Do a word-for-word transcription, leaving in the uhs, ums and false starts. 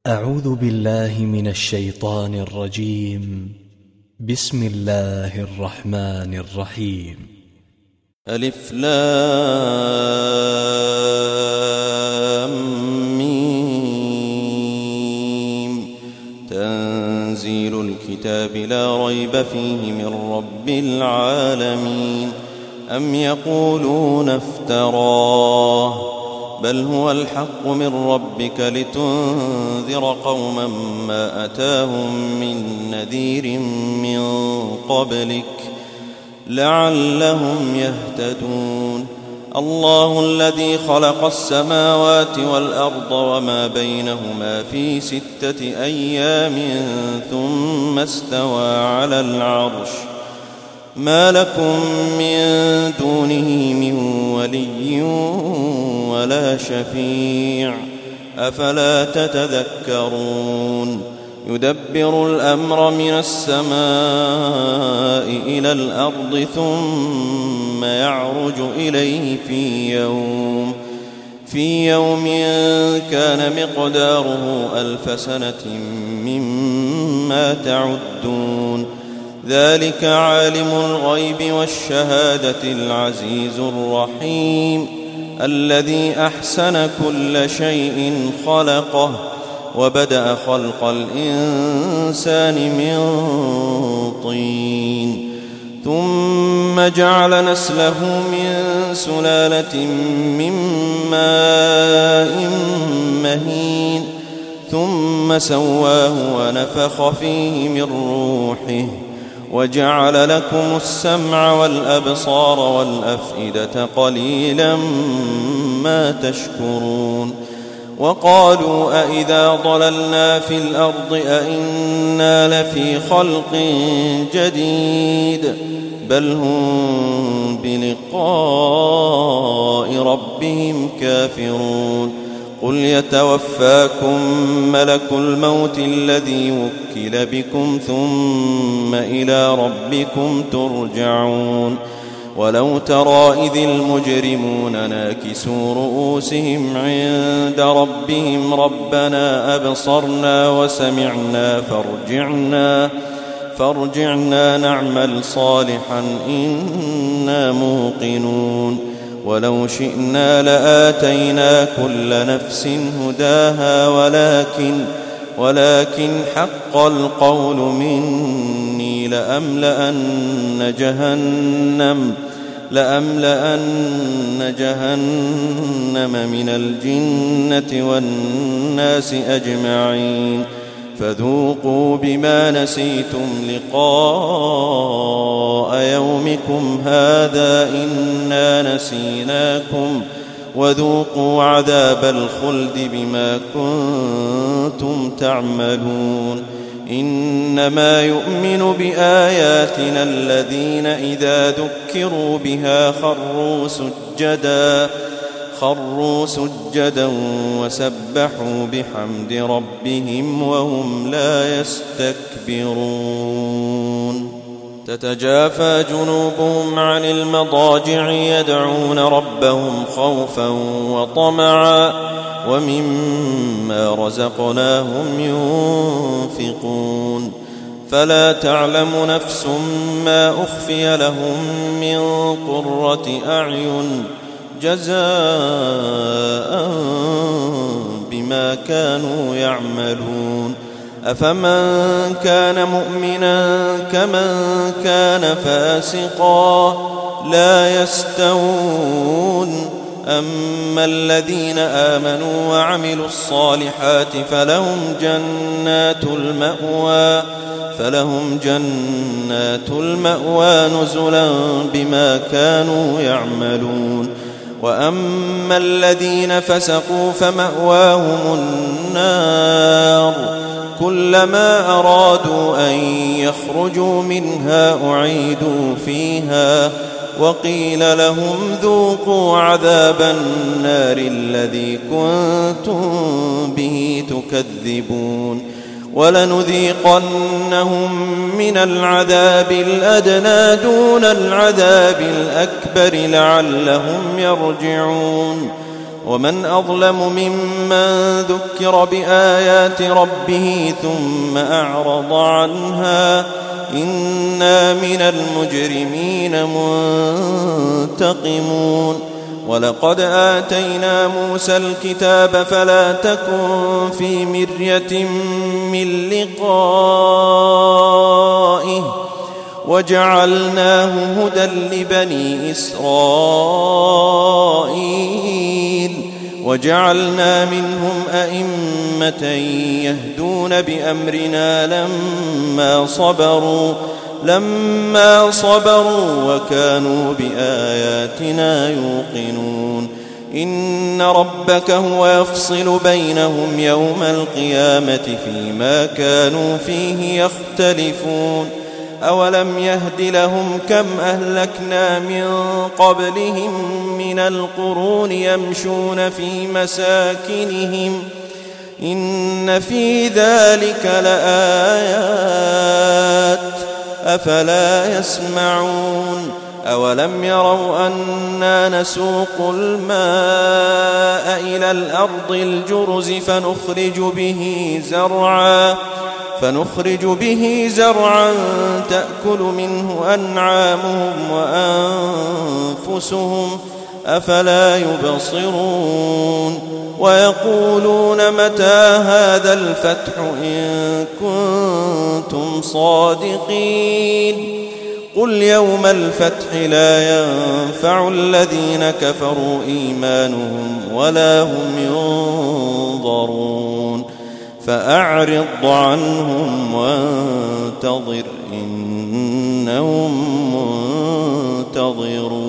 أعوذ بالله من الشيطان الرجيم. بسم الله الرحمن الرحيم. ألف لام ميم. تنزيل الكتاب لا ريب فيه من رب العالمين. أم يقولون افتراه بل هو الحق من ربك لتنذر قوما ما أتاهم من نذير من قبلك لعلهم يهتدون. الله الذي خلق السماوات والأرض وما بينهما في ستة أيام ثم استوى على العرش ما لكم من دونه من ولي ولا شفيع أفلا تتذكرون. يدبر الأمر من السماء إلى الأرض ثم يعرج إليه في يوم في يوم كان مقداره ألف سنة مما تعدون. ذلك عالم الغيب والشهادة العزيز الرحيم الذي أحسن كل شيء خلقه وبدأ خلق الإنسان من طين ثم جعل نسله من سلالة من ماء مهين ثم سواه ونفخ فيه من روحه وجعل لكم السمع والأبصار والأفئدة قليلا ما تشكرون. وقالوا أئذا ضللنا في الأرض أئنا لفي خلق جديد بل هم بلقاء ربهم كافرون. قل يتوفاكم ملك الموت الذي وكل بكم ثم إلى ربكم ترجعون. ولو ترى إذ المجرمون ناكسوا رؤوسهم عند ربهم ربنا أبصرنا وسمعنا فارجعنا فارجعنا نعمل صالحا إنا موقنون. ولو شئنا لآتينا كل نفس هداها ولكن ولكن حق القول مني لأملأن جهنم لأملأن جهنم من الجنة والناس أجمعين. فذوقوا بما نسيتم لقاء يومكم هذا إنا نسيناكم وذوقوا عذاب الخلد بما كنتم تعملون. إنما يؤمن بآياتنا الذين إذا ذكروا بها خروا سجدا خروا سجدا وسبحوا بحمد ربهم وهم لا يستكبرون. تتجافى جنوبهم عن المضاجع يدعون ربهم خوفا وطمعا ومما رزقناهم ينفقون. فلا تعلم نفس ما أخفي لهم من قرة أعين جزاء بما كانوا يعملون. أفمن كان مؤمنا كمن كان فاسقا لا يستوون. أما الذين آمنوا وعملوا الصالحات فلهم جنات المأوى فلهم جنات المأوى نزلا بما كانوا يعملون. وأما الذين فسقوا فمأواهم النار كلما أرادوا أن يخرجوا منها أعيدوا فيها وقيل لهم ذوقوا عذاب النار الذي كنتم به تكذبون. ولنذيقنهم من العذاب الأدنى دون العذاب الأكبر لعلهم يرجعون. ومن أظلم ممن ذكر بآيات ربه ثم أعرض عنها إنا من المجرمين منتقمون ولقد آتينا موسى الكتاب فلا تكن في مرية من لقائه وجعلناه هدى لبني إسرائيل وجعلنا منهم أئمة يهدون بأمرنا لما صبروا لما صبروا وكانوا بآياتنا يوقنون إن ربك هو يفصل بينهم يوم القيامة فيما كانوا فيه يختلفون أولم يهد لهم كم أهلكنا من قبلهم من القرون يمشون في مساكنهم إن في ذلك لآيات أفلا يسمعون أولم يروا أنا نسوق الماء إلى الأرض الجرز فنخرج به زرعا فنخرج به زرعا تأكل منه أنعامهم وأنفسهم أفلا يبصرون ويقولون متى هذا الفتح إن كنتم صادقين قل يوم الفتح لا ينفع الذين كفروا إيمانهم ولا هم ينظرون فأعرض عنهم وانتظر إنهم منتظرون